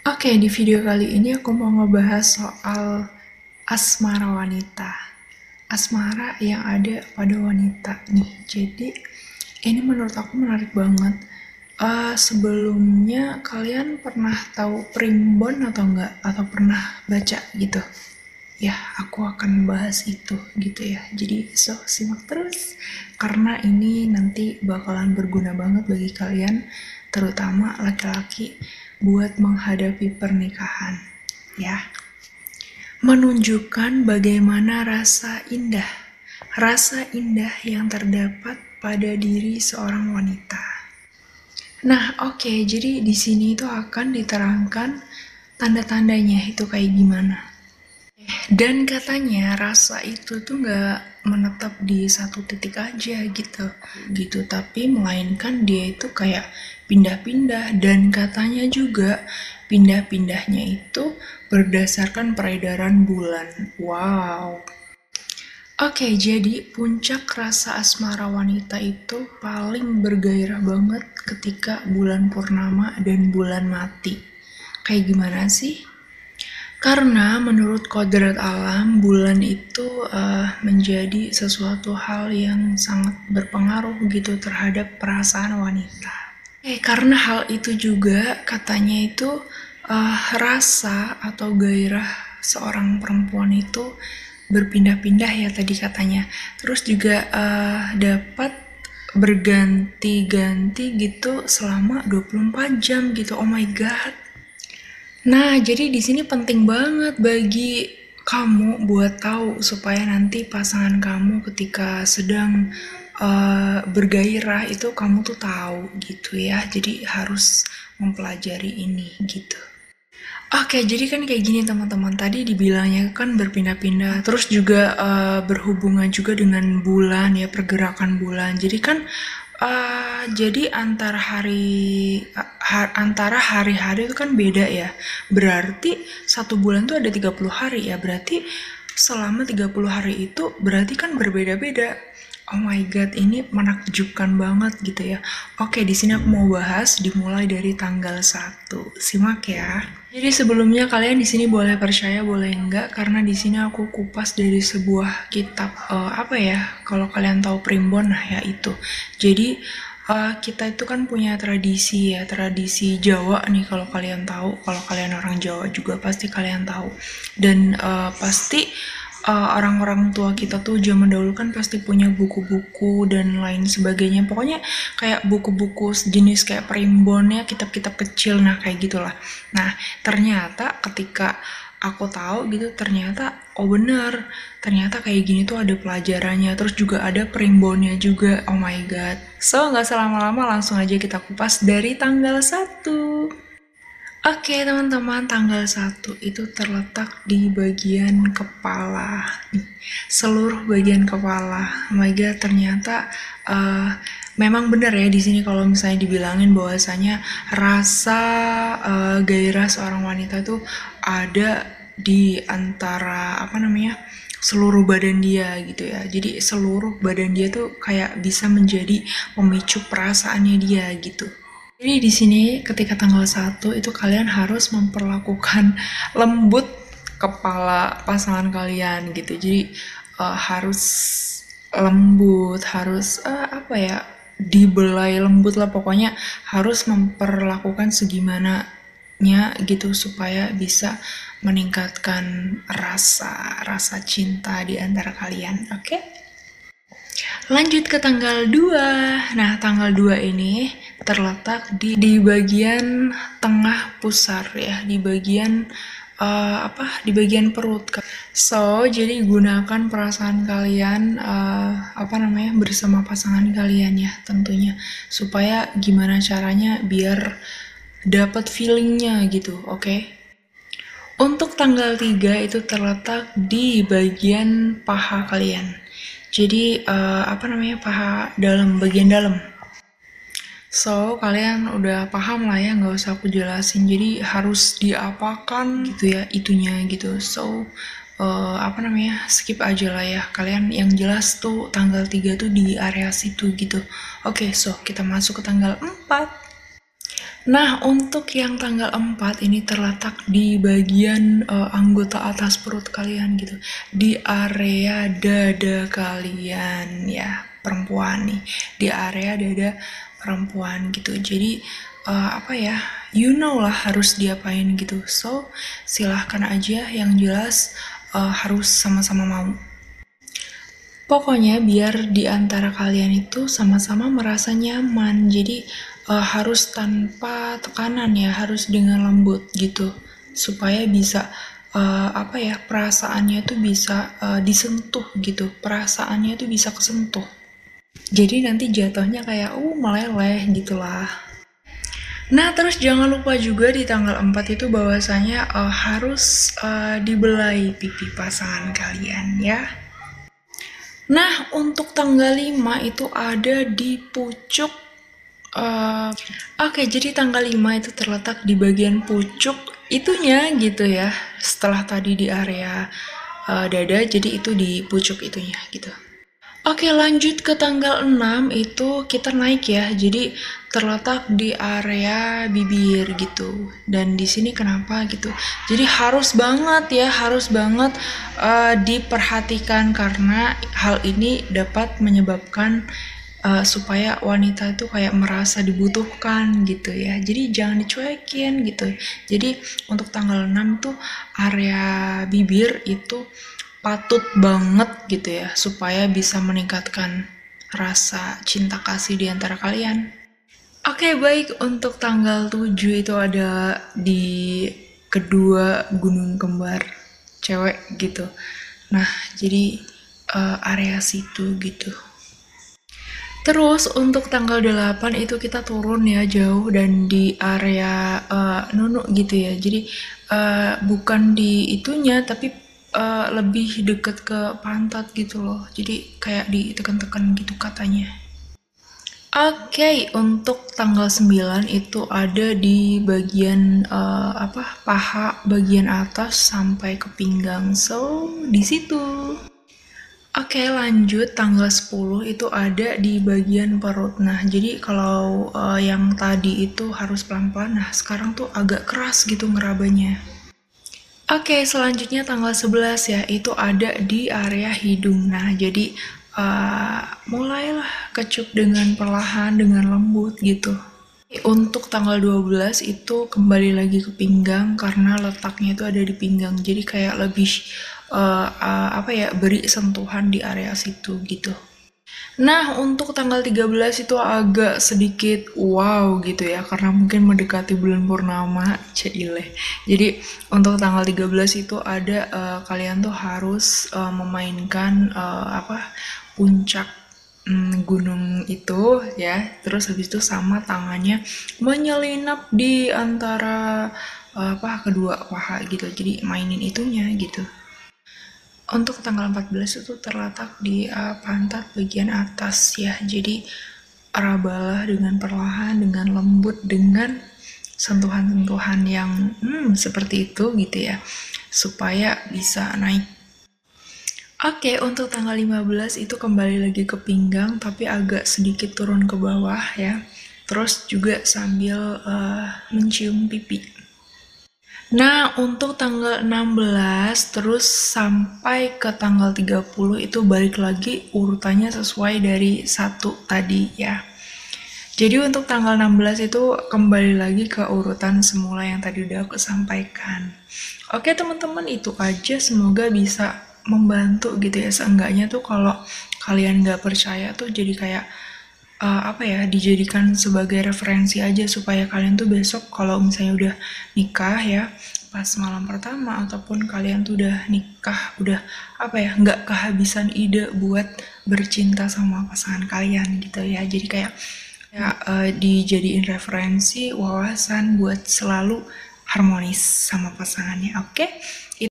Oke, di video kali ini aku mau ngebahas soal asmara wanita. Asmara yang ada pada wanita nih. Jadi, ini menurut aku menarik banget. Sebelumnya kalian pernah tahu primbon atau enggak? Atau pernah baca gitu? Ya, aku akan bahas itu gitu ya. Jadi, simak terus. Karena ini nanti bakalan berguna banget bagi kalian, terutama laki-laki, buat menghadapi pernikahan. Ya, menunjukkan bagaimana rasa indah yang terdapat pada diri seorang wanita. Nah, oke, jadi di sini itu akan diterangkan tanda-tandanya itu kayak gimana. Dan katanya rasa itu tuh nggak menetap di satu titik aja gitu, tapi melainkan dia itu kayak pindah-pindah, dan katanya juga pindah-pindahnya itu berdasarkan peredaran bulan. Wow. Oke, jadi puncak rasa asmara wanita itu paling bergairah banget ketika bulan purnama dan bulan mati. Kayak gimana sih? Karena menurut kodrat alam, bulan itu menjadi sesuatu hal yang sangat berpengaruh gitu terhadap perasaan wanita. Karena hal itu juga katanya itu rasa atau gairah seorang perempuan itu berpindah-pindah ya tadi katanya. Terus juga dapat berganti-ganti gitu selama 24 jam gitu. Oh my god. Nah, jadi di sini penting banget bagi kamu buat tahu supaya nanti pasangan kamu ketika sedang bergairah itu kamu tuh tahu gitu ya. Jadi harus mempelajari ini gitu. Oke, jadi kan kayak gini teman-teman. Tadi dibilangnya kan berpindah-pindah, terus juga berhubungan juga dengan bulan ya, pergerakan bulan. Jadi kan jadi antara hari-hari itu kan beda ya. Berarti satu bulan tuh ada 30 hari ya. Berarti selama 30 hari itu berarti kan berbeda-beda. Oh my god, ini menakjubkan banget gitu ya. Oke, di sini aku mau bahas dimulai dari tanggal 1. Simak ya. Jadi sebelumnya kalian di sini boleh percaya boleh enggak, karena di sini aku kupas dari sebuah kitab apa ya? Kalau kalian tahu primbon, nah ya itu. Jadi kita itu kan punya tradisi ya, tradisi Jawa nih, kalau kalian tahu, kalau kalian orang Jawa juga pasti kalian tahu. Dan pasti orang-orang tua kita tuh zaman dahulu kan pasti punya buku-buku dan lain sebagainya. Pokoknya kayak buku-buku jenis kayak primbon ya, kitab-kitab kecil, nah kayak gitulah. Nah, ternyata ketika aku tahu gitu, ternyata oh benar, ternyata kayak gini tuh ada pelajarannya, terus juga ada primbonnya juga. Oh my god. So, nggak selama-lama langsung aja kita kupas dari tanggal 1. Oke teman-teman, tanggal 1 itu terletak di bagian kepala. Seluruh bagian kepala. Oh my god, ternyata memang benar ya di sini kalau misalnya dibilangin bahwasanya rasa gairah seorang wanita tuh ada di antara seluruh badan dia gitu ya. Jadi seluruh badan dia tuh kayak bisa menjadi pemicu perasaannya dia gitu. Jadi di sini ketika tanggal 1 itu kalian harus memperlakukan lembut kepala pasangan kalian gitu. Jadi harus lembut, harus dibelai lembut lah, pokoknya harus memperlakukan segimana nya gitu supaya bisa meningkatkan rasa cinta di antara kalian. Oke? Lanjut ke tanggal 2. Nah, tanggal 2 ini terletak di bagian tengah pusar ya, di bagian di bagian perut. So, jadi gunakan perasaan kalian bersama pasangan kalian ya tentunya, supaya gimana caranya biar dapat feelingnya gitu, oke? Untuk tanggal 3 itu terletak di bagian paha kalian. Jadi paha dalam, bagian dalam. So, kalian udah paham lah ya, nggak usah aku jelasin. Jadi harus diapakan gitu ya, itunya gitu. So, skip aja lah ya. Kalian yang jelas tuh tanggal 3 tuh di area situ gitu. Oke, so kita masuk ke tanggal 4. Nah, untuk yang tanggal 4 ini terletak di bagian anggota atas perut kalian gitu. Di area dada kalian ya, perempuan nih. Di area dada perempuan gitu. Jadi apa ya? You know lah harus diapain gitu. So, silahkan aja yang jelas harus sama-sama mau. Pokoknya biar di antara kalian itu sama-sama merasa nyaman. Jadi harus tanpa tekanan ya, harus dengan lembut gitu. Supaya bisa apa ya, perasaannya tuh bisa disentuh gitu. Perasaannya tuh bisa kesentuh. Jadi nanti jatuhnya kayak meleleh gitulah. Nah, terus jangan lupa juga di tanggal 4 itu bahwasanya harus dibelai pipi pasangan kalian ya. Nah, untuk tanggal 5 itu ada di pucuk. Oke, jadi tanggal 5 itu terletak di bagian pucuk itunya gitu ya. Setelah tadi di area dada, jadi itu di pucuk itunya gitu. Oke, lanjut ke tanggal 6 itu kita naik ya. Jadi terletak di area bibir gitu. Dan di sini kenapa gitu? Jadi harus banget ya, harus banget diperhatikan karena hal ini dapat menyebabkan supaya wanita itu kayak merasa dibutuhkan gitu ya. Jadi jangan dicuekin gitu. Jadi untuk tanggal 6 tuh area bibir itu patut banget gitu ya supaya bisa meningkatkan rasa cinta kasih di antara kalian. Oke, baik, untuk tanggal 7 itu ada di kedua gunung kembar cewek gitu. Nah, jadi area situ gitu. Terus untuk tanggal 8 itu kita turun ya jauh dan di area nunuk gitu ya. Jadi bukan di itunya tapi lebih deket ke pantat gitu loh. Jadi kayak ditekan-tekan gitu katanya. Oke, untuk tanggal 9 itu ada di bagian paha bagian atas sampai ke pinggang. So, di situ. Oke, lanjut tanggal 10 itu ada di bagian perut. Nah, jadi kalau yang tadi itu harus pelan-pelan, nah sekarang tuh agak keras gitu ngerabanya. Oke, selanjutnya tanggal 11 ya, itu ada di area hidung. Nah, jadi mulailah kecup dengan perlahan, dengan lembut gitu. Untuk tanggal 12 itu kembali lagi ke pinggang karena letaknya itu ada di pinggang. Jadi kayak lebih beri sentuhan di area situ gitu. Nah, untuk tanggal 13 itu agak sedikit wow gitu ya karena mungkin mendekati bulan purnama, ceileh. Jadi, untuk tanggal 13 itu ada kalian tuh harus memainkan puncak gunung itu ya, terus habis itu sama tangannya menyelinap di antara kedua paha gitu, jadi mainin itunya gitu. Untuk tanggal 14 itu terletak di pantat bagian atas ya, jadi rabalah dengan perlahan, dengan lembut, dengan sentuhan-sentuhan yang seperti itu gitu ya, supaya bisa naik. Oke, untuk tanggal 15 itu kembali lagi ke pinggang tapi agak sedikit turun ke bawah ya. Terus juga sambil mencium pipi. Nah, untuk tanggal 16 terus sampai ke tanggal 30 itu balik lagi urutannya sesuai dari satu tadi ya. Jadi untuk tanggal 16 itu kembali lagi ke urutan semula yang tadi udah aku sampaikan. Oke teman-teman, itu aja, semoga bisa membantu gitu ya. Seenggaknya tuh kalau kalian gak percaya tuh jadi kayak dijadikan sebagai referensi aja supaya kalian tuh besok kalau misalnya udah nikah ya, pas malam pertama ataupun kalian tuh udah nikah, udah nggak kehabisan ide buat bercinta sama pasangan kalian gitu ya. Jadi kayak dijadiin referensi wawasan buat selalu harmonis sama pasangannya. Oke?